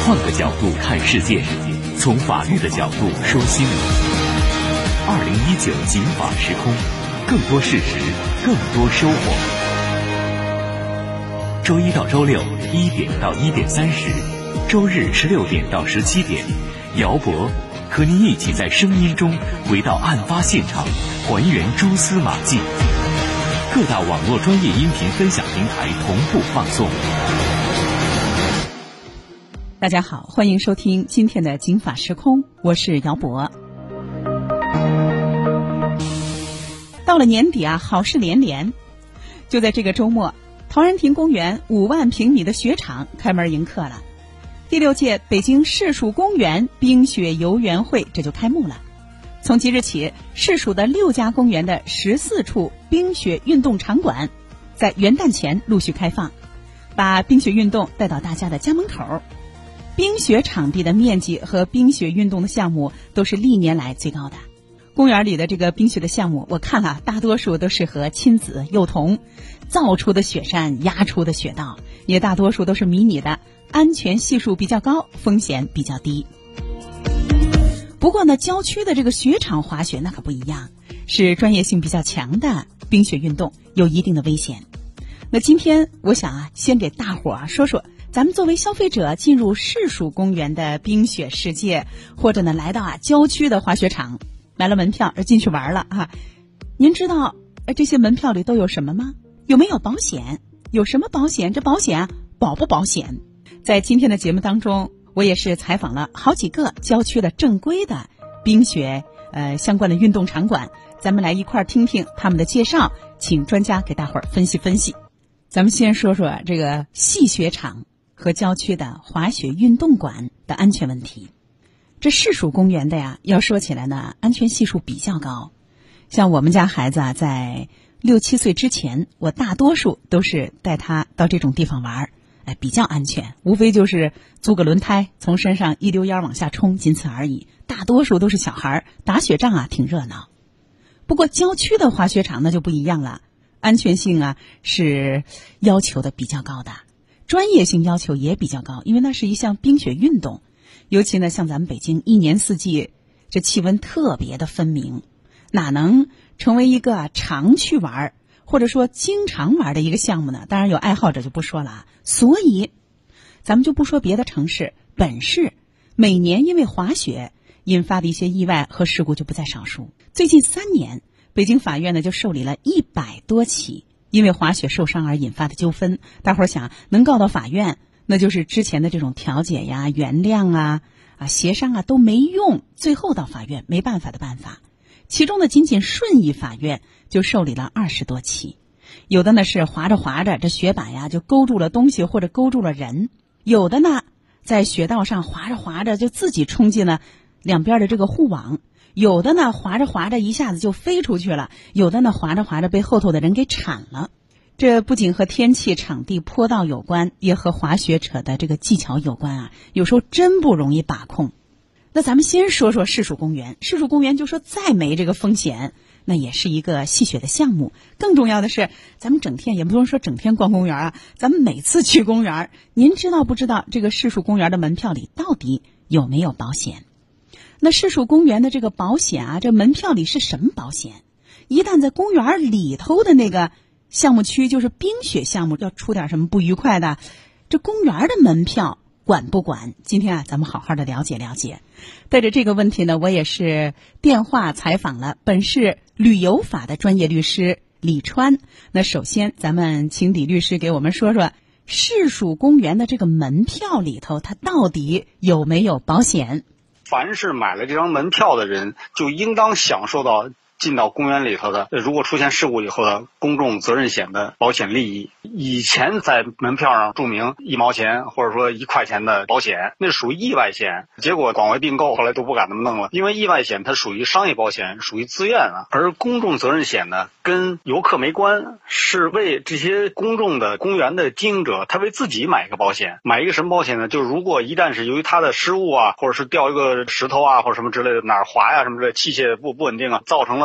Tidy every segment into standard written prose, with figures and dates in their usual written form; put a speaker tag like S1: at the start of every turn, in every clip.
S1: 换个角度看世界，从法律的角度说新闻。2019警法时空，更多事实，更多收获。周一到周六1点到1点30，周日16点到17点，姚博和您一起在声音中回到案发现场，还原蛛丝马迹。各大网络专业音频分享平台同步放送。
S2: 大家好，欢迎收听今天的警法时空，我是姚博。到了年底啊，好事连连。就在这个周末，陶然亭公园5万平米的雪场开门迎客了。第6届北京市属公园冰雪游园会这就开幕了。从即日起，市属的6家公园的14处冰雪运动场馆在元旦前陆续开放，把冰雪运动带到大家的家门口。冰雪场地的面积和冰雪运动的项目都是历年来最高的。公园里的这个冰雪的项目，我看了大多数都适合亲子幼童，造出的雪山，压出的雪道，也大多数都是迷你的，安全系数比较高，风险比较低。不过呢，郊区的这个雪场滑雪那可不一样，是专业性比较强的冰雪运动，有一定的危险。那今天我想先给大伙说说咱们作为消费者进入市属公园的冰雪世界，或者呢来到郊区的滑雪场，买了门票而进去玩了您知道这些门票里都有什么吗？有没有保险？有什么保险？这保险保不保险？在今天的节目当中，我也是采访了好几个郊区的正规的冰雪相关的运动场馆，咱们来一块儿听听他们的介绍，请专家给大伙儿分析分析。咱们先说说这个细雪场和郊区的滑雪运动馆的安全问题。这市属公园的要说起来呢，安全系数比较高。像我们家孩子在6、7岁之前，我大多数都是带他到这种地方玩，比较安全，无非就是租个轮胎从山上一溜烟往下冲，仅此而已。大多数都是小孩打雪仗挺热闹。不过郊区的滑雪场那就不一样了，安全性是要求的比较高的，专业性要求也比较高，因为那是一项冰雪运动。尤其呢，像咱们北京一年四季这气温特别的分明，哪能成为一个常去玩或者说经常玩的一个项目呢？当然有爱好者就不说了。所以咱们就不说别的城市，本市每年因为滑雪引发的一些意外和事故就不在少数。最近3年，北京法院呢就受理了100多起因为滑雪受伤而引发的纠纷。大伙儿想能告到法院，那就是之前的这种调解原谅协商都没用，最后到法院没办法的办法。其中呢，仅顺义法院就受理了20多起。有的呢是滑着滑着，这雪板就勾住了东西或者勾住了人；有的呢在雪道上滑着滑着就自己冲进了两边的这个护网；有的呢滑着滑着一下子就飞出去了；有的呢滑着滑着被后头的人给铲了。这不仅和天气、场地、坡道有关，也和滑雪者的这个技巧有关有时候真不容易把控。那咱们先说说市属公园。市属公园就说再没这个风险，那也是一个戏雪的项目。更重要的是，咱们整天也不能说整天逛公园咱们每次去公园，您知道不知道这个市属公园的门票里到底有没有保险？那市属公园的这个保险这门票里是什么保险？一旦在公园里头的那个项目区，就是冰雪项目，要出点什么不愉快的，这公园的门票管不管？今天咱们好好的了解了解。带着这个问题呢，我也是电话采访了本市旅游法的专业律师李川。那首先咱们请李律师给我们说说市属公园的这个门票里头，它到底有没有保险？
S3: 凡是买了这张门票的人，就应当享受到进到公园里头的，如果出现事故以后的公众责任险的保险利益。以前在门票上注明1毛钱或者说1块钱的保险，那是属于意外险，结果广为并购，后来都不敢那么弄了。因为意外险它属于商业保险，属于自愿而公众责任险呢跟游客没关，是为这些公众的公园的经营者他为自己买一个保险。买一个什么保险呢？就是如果一旦是由于他的失误或者是掉一个石头或者什么之类的，哪儿滑什么之类的，器械不稳定造成了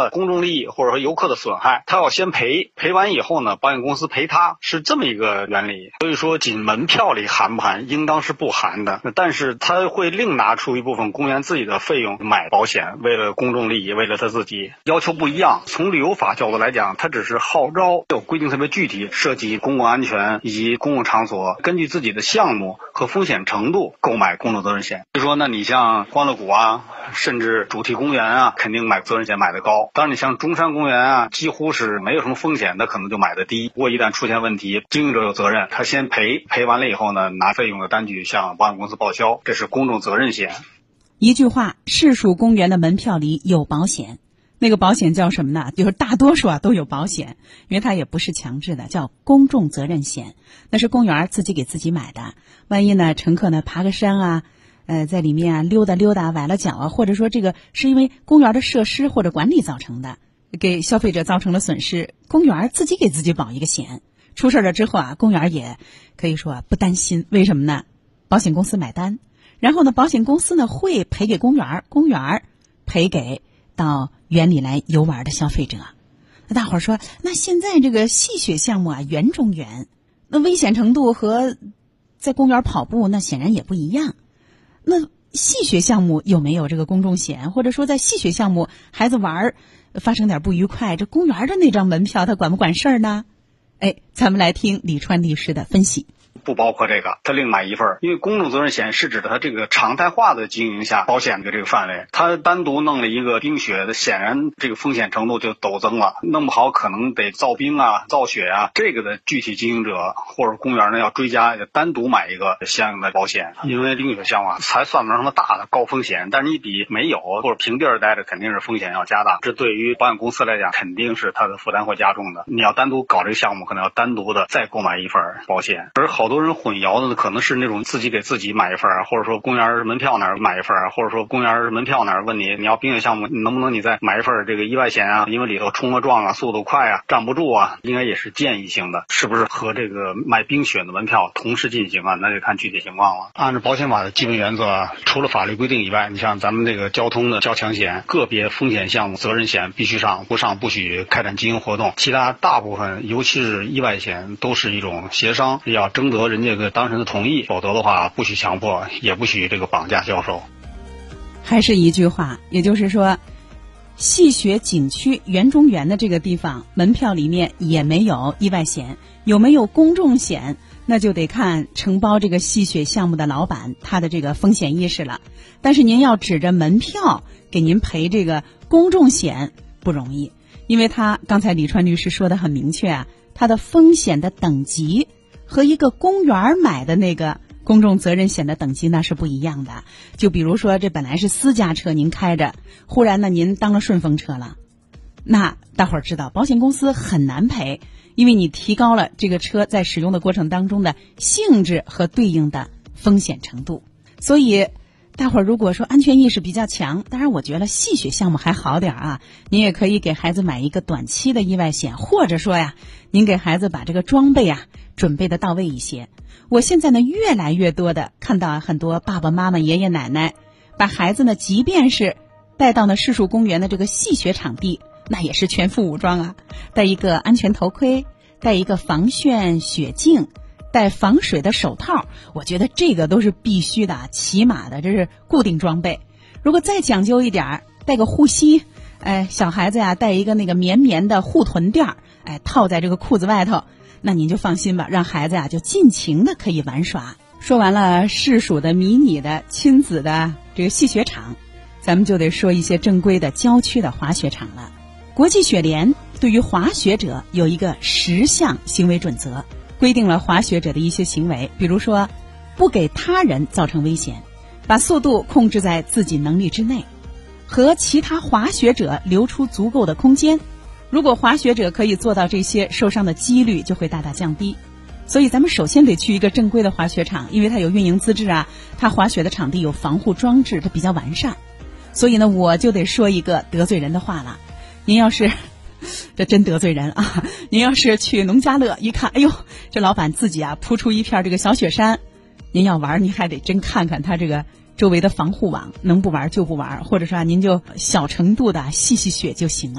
S3: 了公众利益或者说游客的损害，他要先赔完以后呢，保险公司赔他，是这么一个原理。所以说仅门票里含不含，应当是不含的，但是他会另拿出一部分公园自己的费用买保险，为了公众利益，为了他自己，要求不一样。从旅游法角度来讲，它只是号召，有规定特别具体，涉及公共安全以及公共场所，根据自己的项目和风险程度购买公众责任险。比如说那你像欢乐谷啊，甚至主题公园啊，肯定买责任险买的高。当然你像中山公园啊，几乎是没有什么风险的，可能就买的低。不过一旦出现问题，经营者有责任，他先赔完了以后呢，拿费用的单据向保险公司报销，这是公众责任险。
S2: 一句话，市属公园的门票里有保险。那个保险叫什么呢？就是大多数都有保险，因为它也不是强制的，叫公众责任险。那是公园自己给自己买的。万一呢，乘客呢爬个山啊，在里面啊溜达崴了脚啊，或者说这个是因为公园的设施或者管理造成的，给消费者造成了损失，公园自己给自己保一个险。出事了之后啊，公园也可以说不担心。为什么呢？保险公司买单，然后呢，保险公司呢会赔给公园，公园赔给到园里来游玩的消费者。那大伙儿说，那现在这个戏雪项目啊，园中园，那危险程度和在公园跑步那显然也不一样。那戏雪项目有没有这个公众险？或者说在戏雪项目孩子玩发生点不愉快，这公园的那张门票他管不管事儿呢？咱们来听李川律师的分析。
S3: 不包括这个，他另买一份，因为公众责任险是指的他这个常态化的经营下保险的这个范围，他单独弄了一个冰雪的，显然这个风险程度就陡增了，弄不好可能得造冰啊、造雪啊，这个的具体经营者或者公园呢要追加，要单独买一个相应的保险。因为冰雪项目才算不上什么大的高风险，但是你比没有或者平地儿待着肯定是风险要加大，这对于保险公司来讲肯定是它的负担会加重的。你要单独搞这个项目，可能要单独的再购买一份保险。而好多人混淆的可能是那种自己给自己买一份，或者说公园门票那儿买一份，或者说公园门票那儿问你要冰雪项目能不能你再买一份这个意外险啊，因为里头冲了撞啊，速度快啊，站不住啊，应该也是建议性的，是不是和这个买冰雪的门票同时进行啊，那就看具体情况了。按照保险法的基本原则，除了法律规定以外，你像咱们这个交通的交强险、个别风险项目责任险必须上，不上不许开展经营活动。其他大部分尤其是意外险都是一种协商，要征得人家个当事人的同意，否则的话不许强迫，也不许这个绑架销售。
S2: 还是一句话，也就是说戏雪景区园中园的这个地方门票里面也没有意外险，有没有公众险那就得看承包这个戏雪项目的老板他的这个风险意识了。但是您要指着门票给您赔这个公众险不容易，因为他刚才李川律师说的很明确啊，他的风险的等级和一个公园买的那个公众责任险的等级那是不一样的。就比如说这本来是私家车您开着，忽然呢您当了顺风车了，那大伙儿知道保险公司很难赔，因为你提高了这个车在使用的过程当中的性质和对应的风险程度。所以大伙儿如果说安全意识比较强，当然我觉得戏雪项目还好点啊，您也可以给孩子买一个短期的意外险，或者说呀您给孩子把这个装备啊准备的到位一些。我现在呢越来越多的看到很多爸爸妈妈爷爷奶奶把孩子呢即便是带到了市属公园的这个戏雪场地，那也是全副武装啊，戴一个安全头盔，戴一个防眩雪镜，戴防水的手套，我觉得这个都是必须的，起码的，这是固定装备。如果再讲究一点，戴个护膝，小孩子呀戴一个那个绵绵的护臀垫，套在这个裤子外头，那您就放心吧，让孩子呀就尽情的可以玩耍。说完了市属的迷你的亲子的这个戏雪场，咱们就得说一些正规的郊区的滑雪场了。国际雪联对于滑雪者有一个10项行为准则，规定了滑雪者的一些行为，比如说不给他人造成危险，把速度控制在自己能力之内，和其他滑雪者留出足够的空间。如果滑雪者可以做到这些，受伤的几率就会大大降低。所以咱们首先得去一个正规的滑雪场，因为它有运营资质啊，它滑雪的场地有防护装置，它比较完善。所以呢，我就得说一个得罪人的话了。您要是这真得罪人啊，您要是去农家乐一看，哎呦，这老板自己啊铺出一片这个小雪山，您要玩您还得真看看他这个周围的防护网，能不玩就不玩，或者说您就小程度的戏戏雪就行了。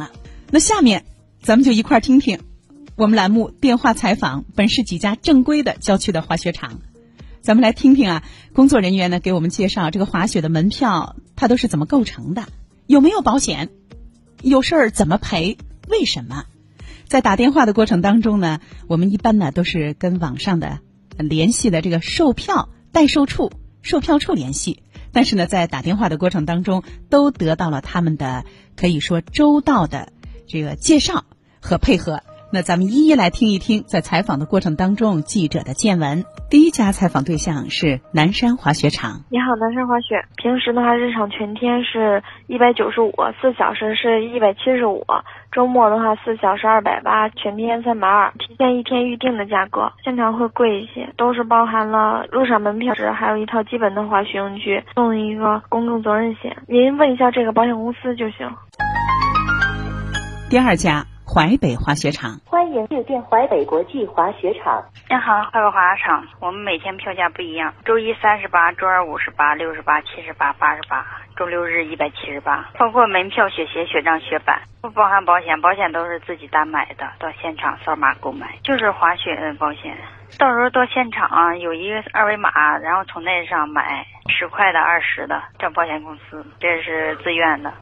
S2: 那下面咱们就一块儿听听我们栏目电话采访本市几家正规的郊区的滑雪场。咱们来听听啊，工作人员呢给我们介绍这个滑雪的门票它都是怎么构成的，有没有保险，有事儿怎么赔，为什么。在打电话的过程当中呢，我们一般呢都是跟网上的联系的这个售票代售处、售票处联系，但是呢在打电话的过程当中都得到了他们的可以说周到的这个介绍和配合。那咱们一一来听一听在采访的过程当中记者的见闻。第一家采访对象是南山滑雪场。
S4: 你好，南山滑雪。平时的话，日场全天是195，4小时是175，周末的话4小时280，全天320，提前1天预定的价格，现场会贵一些，都是包含了入场门票值，还有一套基本的滑雪用具，送一个公众责任险。您问一下这个保险公司就行。
S2: 第二家淮北滑雪场。
S5: 欢迎致电淮北国际滑雪场。
S6: 你好，淮北滑雪场，我们每天票价不一样，周一38，周二58、68、78、88，周六日178，包括门票、雪鞋、雪杖、雪板，不包含保险，保险都是自己单买的，到现场扫码购买，就是滑雪的保险。到时候到现场有一个二维码，然后从那上买10块的、20的，找保险公司，这是自愿的。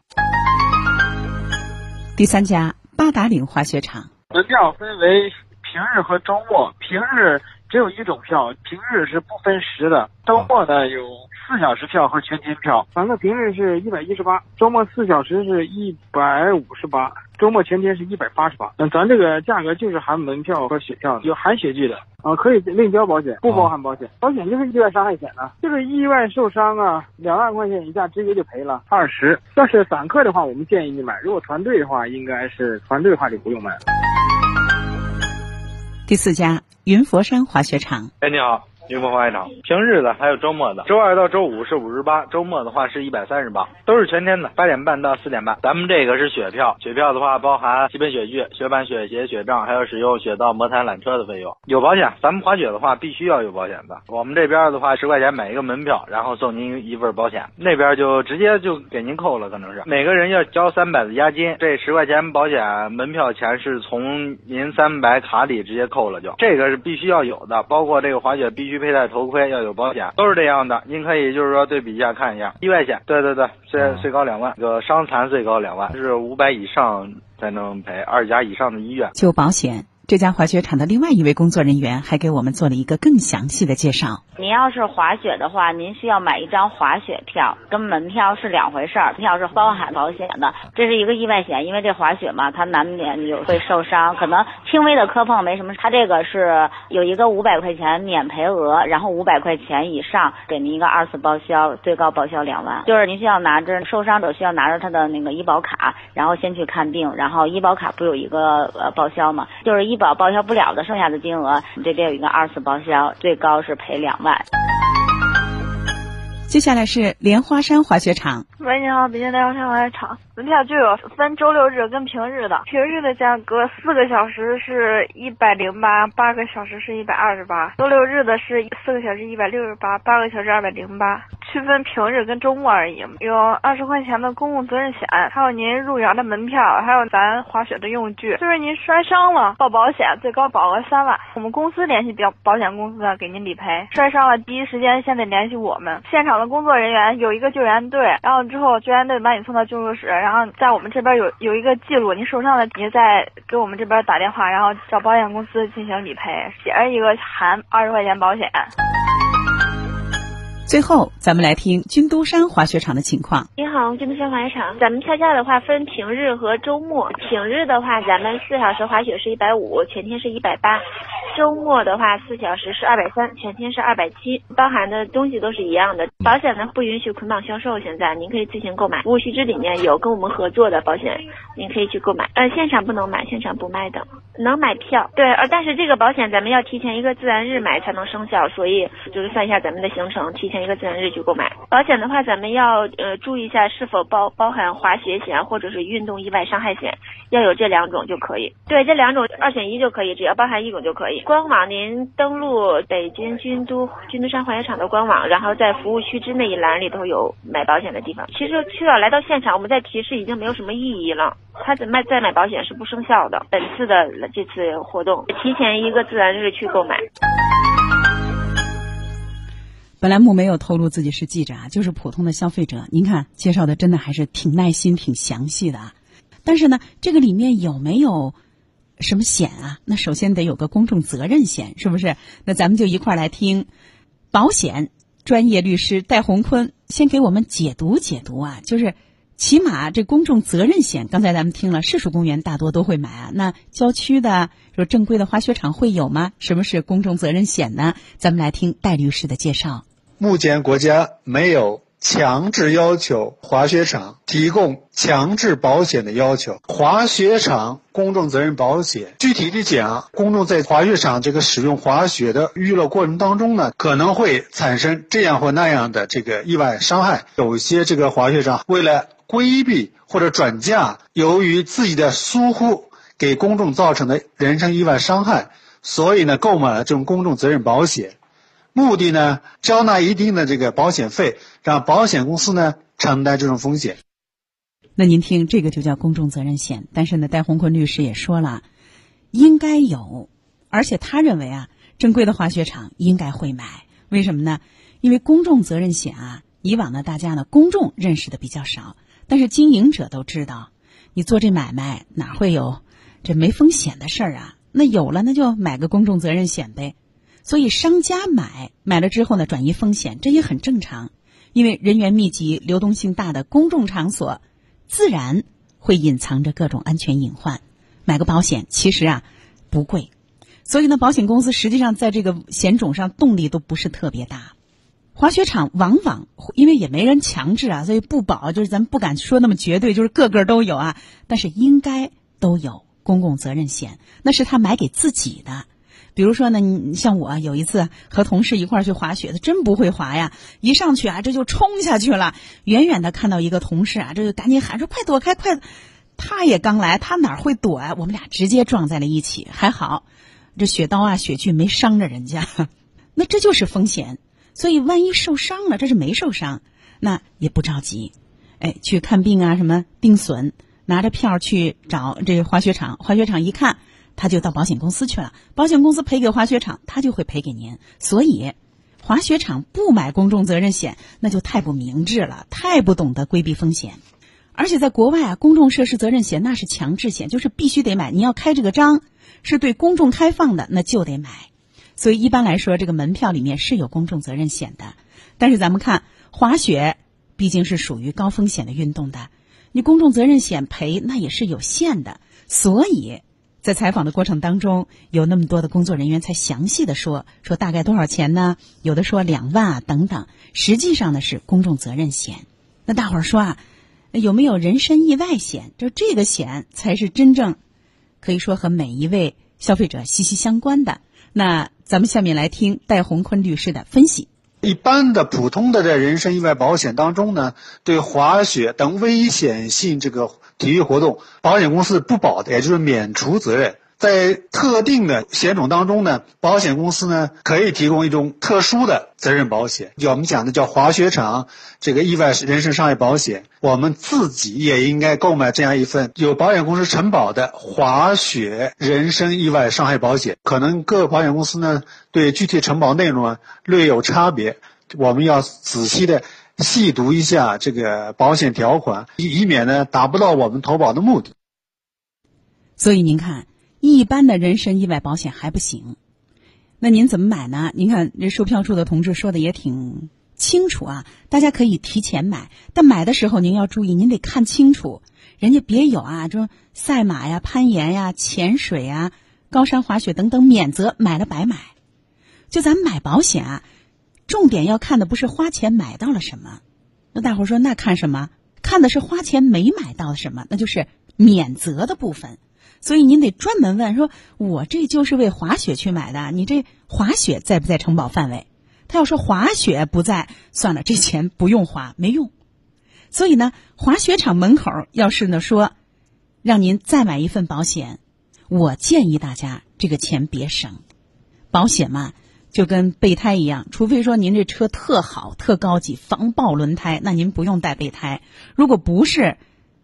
S2: 第三家八达岭滑雪场。
S7: 门票分为平日和周末，平日只有一种票，平日是不分时的，周末呢有4小时票和全天票。咱们平日是118，周末4小时是158，周末全天是188。咱这个价格就是含门票和雪票，有含雪具的可以另交保险，不包含保险。保险就是意外伤害险呢，就是意外受伤2万块钱以下直接就赔了20。要是散客的话，我们建议你买；如果团队的话，应该是团队的话就不用买了。
S2: 第四家云佛山滑雪场。
S8: 你好，云佛滑雪场，平日的还有周末的，周二到周五是58，周末的话是138，都是全天的，8点半到4点半。咱们这个是雪票，雪票的话包含基本雪具、雪板、雪鞋、雪杖，还有使用雪道、魔毯、缆车的费用。有保险，咱们滑雪的话必须要有保险的。我们这边的话10块钱买一个门票，然后送您一份保险，那边就直接就给您扣了，可能是每个人要交300的押金，这10块钱保险门票钱是从您300卡里直接扣了，就这个是必须要有的，包括这个滑雪必须佩戴头盔，要有保险，都是这样的。您可以就是说对比一下看一下。意外险，对，最高2万，这个伤残最高2万，是500以上才能赔，2甲以上的医院。
S2: 就保险，这家滑雪场的另外一位工作人员还给我们做了一个更详细的介绍。
S9: 您要是滑雪的话，您需要买一张滑雪票，跟门票是两回事儿，票是包含保险的。这是一个意外险，因为这滑雪嘛，它难免有会受伤，可能轻微的磕碰没什么，它这个是有一个500块钱免赔额，然后500块钱以上给您一个2次报销，最高报销2万。就是您需要拿着受伤者需要拿着他的那个医保卡，然后先去看病，然后医保卡不有一个报销嘛，就是医保报销不了的剩下的金额，这边有一个2次报销，最高是赔2万。
S2: 接下来是莲花山滑雪场。
S4: 喂，你好，北京莲花山滑雪场。门票就有分周六日跟平日的，平日的价格4个小时是108，8个小时是128，周六日的是4个小时168，8个小时208，区分平日跟周末而已。有20块钱的公共责任险，还有您入园的门票，还有咱滑雪的用具。就是您摔伤了报保险，最高保额3万，我们公司联系保险公司给您理赔。摔伤了第一时间先得联系我们现场的工作人员，有一个救援队，然后之后救援队把你送到救助室，然后在我们这边有一个记录，您受伤了您再给我们这边打电话，然后找保险公司进行理赔，写着一个含20块钱保险。
S2: 最后咱们来听军都山滑雪场的情况。
S10: 你好，军都山滑雪场，咱们票价的话分平日和周末，平日的话咱们4小时滑雪是150，全天是180，周末的话4小时是230，全天是270，包含的东西都是一样的。保险呢不允许捆绑销售，现在您可以自行购买，服务须知里面有跟我们合作的保险，您可以去购买。现场不能买，现场不卖的，能买票。对，但是这个保险咱们要提前一个自然日买才能生效，所以就是算一下咱们的行程，提前一个自然日去购买。保险的话咱们要注意一下是否包含滑雪险或者是运动意外伤害险，要有这2种就可以。对，这2种2选1就可以，只要包含1种就可以。官网您登录北京军都山滑雪场的官网，然后在服务须知那一栏里头有买保险的地方。其实来到现场我们再提示已经没有什么意义了。 他再买保险是不生效的。本次的这次活动，提前一个自然日去购买。
S2: 本栏目没有透露自己是记者啊，就是普通的消费者。您看介绍的真的还是挺耐心、挺详细的啊。但是呢，这个里面有没有什么险啊？那首先得有个公众责任险，是不是？那咱们就一块来听保险专业律师戴洪坤先给我们解读解读啊。就是起码这公众责任险，刚才咱们听了，市属公园大多都会买啊。那郊区的说正规的滑雪场会有吗？什么是公众责任险呢？咱们来听戴律师的介绍。
S11: 目前国家没有强制要求滑雪场提供强制保险的要求。滑雪场公众责任保险，具体的讲，公众在滑雪场这个使用滑雪的娱乐过程当中呢，可能会产生这样或那样的这个意外伤害。有些这个滑雪场为了规避或者转嫁由于自己的疏忽给公众造成的人身意外伤害，所以呢购买了这种公众责任保险。目的呢，交纳一定的这个保险费，让保险公司呢承担这种风险。
S2: 那您听，这个就叫公众责任险。但是呢，戴洪坤律师也说了，应该有，而且他认为啊，正规的滑雪场应该会买。为什么呢？因为公众责任险啊，以往呢大家呢公众认识的比较少，但是经营者都知道，你做这买卖哪会有这没风险的事儿啊？那有了，那就买个公众责任险呗。所以商家买了之后呢，转移风险，这也很正常。因为人员密集、流动性大的公众场所，自然会隐藏着各种安全隐患。买个保险其实啊不贵，所以呢，保险公司实际上在这个险种上动力都不是特别大。滑雪场往往因为也没人强制啊，所以不保，就是咱不敢说那么绝对，就是个个都有啊，但是应该都有公共责任险，那是他买给自己的。比如说呢，你像我有一次和同事一块儿去滑雪，他真不会滑呀，一上去啊这就冲下去了，远远的看到一个同事啊，这就赶紧喊说快躲开快，他也刚来，他哪会躲啊，我们俩直接撞在了一起，还好这雪刀啊雪具没伤着人家。那这就是风险，所以万一受伤了，这是没受伤，那也不着急，去看病啊什么病损，拿着票去找这个滑雪场，滑雪场一看他就到保险公司去了，保险公司赔给滑雪场，他就会赔给您。所以滑雪场不买公众责任险，那就太不明智了，太不懂得规避风险。而且在国外啊，公众设施责任险那是强制险，就是必须得买，你要开这个章是对公众开放的，那就得买。所以一般来说，这个门票里面是有公众责任险的。但是咱们看滑雪毕竟是属于高风险的运动的，你公众责任险赔那也是有限的，所以在采访的过程当中，有那么多的工作人员才详细的说大概多少钱呢？有的说2万啊等等，实际上呢是公众责任险。那大伙儿说啊，有没有人身意外险？就这个险才是真正可以说和每一位消费者息息相关的。那咱们下面来听戴洪坤律师的分析。
S11: 一般的普通的这人身意外保险当中呢，对滑雪等危险性这个体育活动，保险公司不保的，也就是免除责任。在特定的险种当中呢，保险公司呢可以提供一种特殊的责任保险，就我们讲的叫滑雪场这个意外人身伤害保险。我们自己也应该购买这样一份有保险公司承保的滑雪人身意外伤害保险。可能各个保险公司呢对具体承保内容啊略有差别，我们要仔细的细读一下这个保险条款，以免呢达不到我们投保的目的。
S2: 所以您看，一般的人身意外保险还不行，那您怎么买呢？您看这售票处的同志说的也挺清楚啊，大家可以提前买，但买的时候您要注意，您得看清楚，人家别有啊这赛马呀、攀岩呀、潜水呀、高山滑雪等等免责，买了白买。就咱们买保险啊，重点要看的不是花钱买到了什么，那大伙说那看什么？看的是花钱没买到什么，那就是免责的部分。所以您得专门问说，我这就是为滑雪去买的，你这滑雪在不在承保范围？他要说滑雪不在，算了，这钱不用花，没用。所以呢，滑雪场门口要是呢说让您再买一份保险，我建议大家这个钱别省。保险嘛就跟备胎一样，除非说您这车特好特高级防爆轮胎，那您不用带备胎。如果不是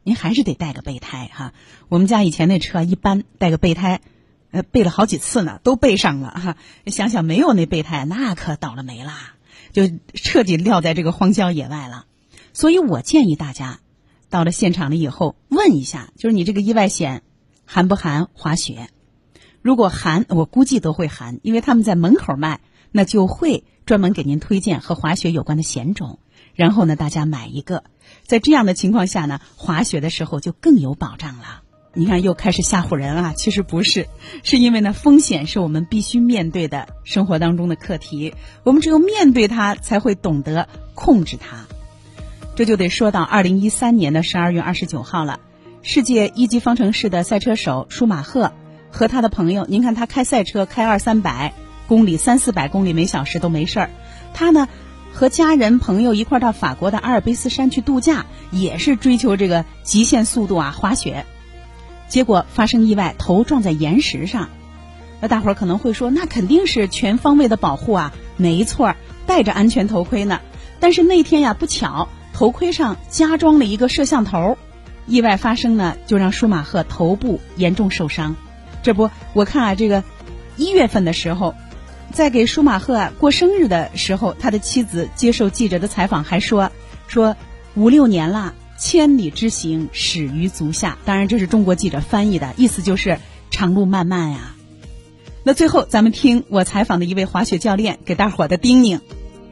S2: 您还是得带个备胎哈。我们家以前那车一般带个备胎，备了好几次呢，都备上了哈。想想没有那备胎，那可倒了霉啦，就彻底撂在这个荒郊野外了。所以我建议大家到了现场了以后问一下，就是你这个意外险含不含滑雪？如果含，我估计都会含，因为他们在门口卖，那就会专门给您推荐和滑雪有关的险种，然后呢大家买一个。在这样的情况下呢，滑雪的时候就更有保障了。你看又开始吓唬人啊，其实不是，是因为呢风险是我们必须面对的生活当中的课题，我们只有面对它才会懂得控制它。这就得说到2013年的12月29号了，世界一级方程式的赛车手舒马赫和他的朋友，您看他开赛车开200-300公里300-400公里每小时都没事儿，他呢和家人朋友一块到法国的阿尔卑斯山去度假，也是追求这个极限速度啊滑雪，结果发生意外，头撞在岩石上。那大伙儿可能会说，那肯定是全方位的保护啊，没错，戴着安全头盔呢。但是那天呀不巧，头盔上加装了一个摄像头，意外发生呢，就让舒马赫头部严重受伤。这不，我看啊，这个1月份的时候，在给舒马赫过生日的时候，他的妻子接受记者的采访还说5-6年了，千里之行始于足下。当然这是中国记者翻译的，意思就是长路漫漫呀。那最后咱们听我采访的一位滑雪教练给大伙的叮咛。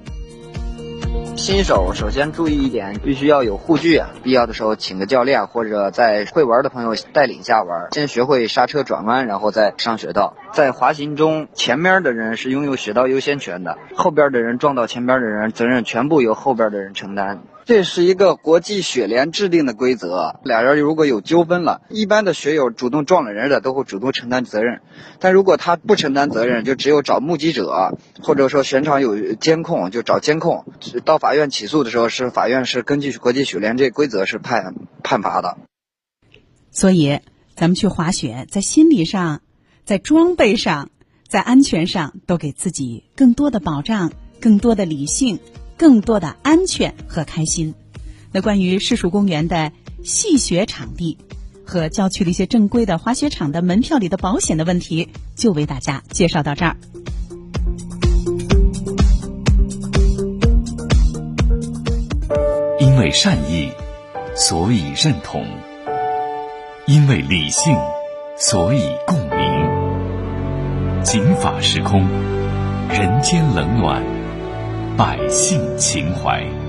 S12: 新手首先注意一点，必须要有护具啊，必要的时候请个教练或者在会玩的朋友带领下玩，先学会刹车转弯，然后再上雪道。在滑行中，前面的人是拥有雪道优先权的，后边的人撞到前边的人，责任全部由后边的人承担。这是一个国际雪联制定的规则，俩人如果有纠纷了，一般的雪友主动撞了人的都会主动承担责任，但如果他不承担责任，就只有找目击者，或者说现场有监控就找监控。到法院起诉的时候，是法院是根据国际雪联这规则是判罚的。
S2: 所以咱们去滑雪，在心理上，在装备上，在安全上，都给自己更多的保障，更多的理性，更多的安全和开心。那关于市属公园的戏雪场地和郊区的一些正规的滑雪场的门票里的保险的问题，就为大家介绍到这儿。
S1: 因为善意，所以认同；因为理性，所以共鸣。警法时空，人间冷暖，百姓情怀。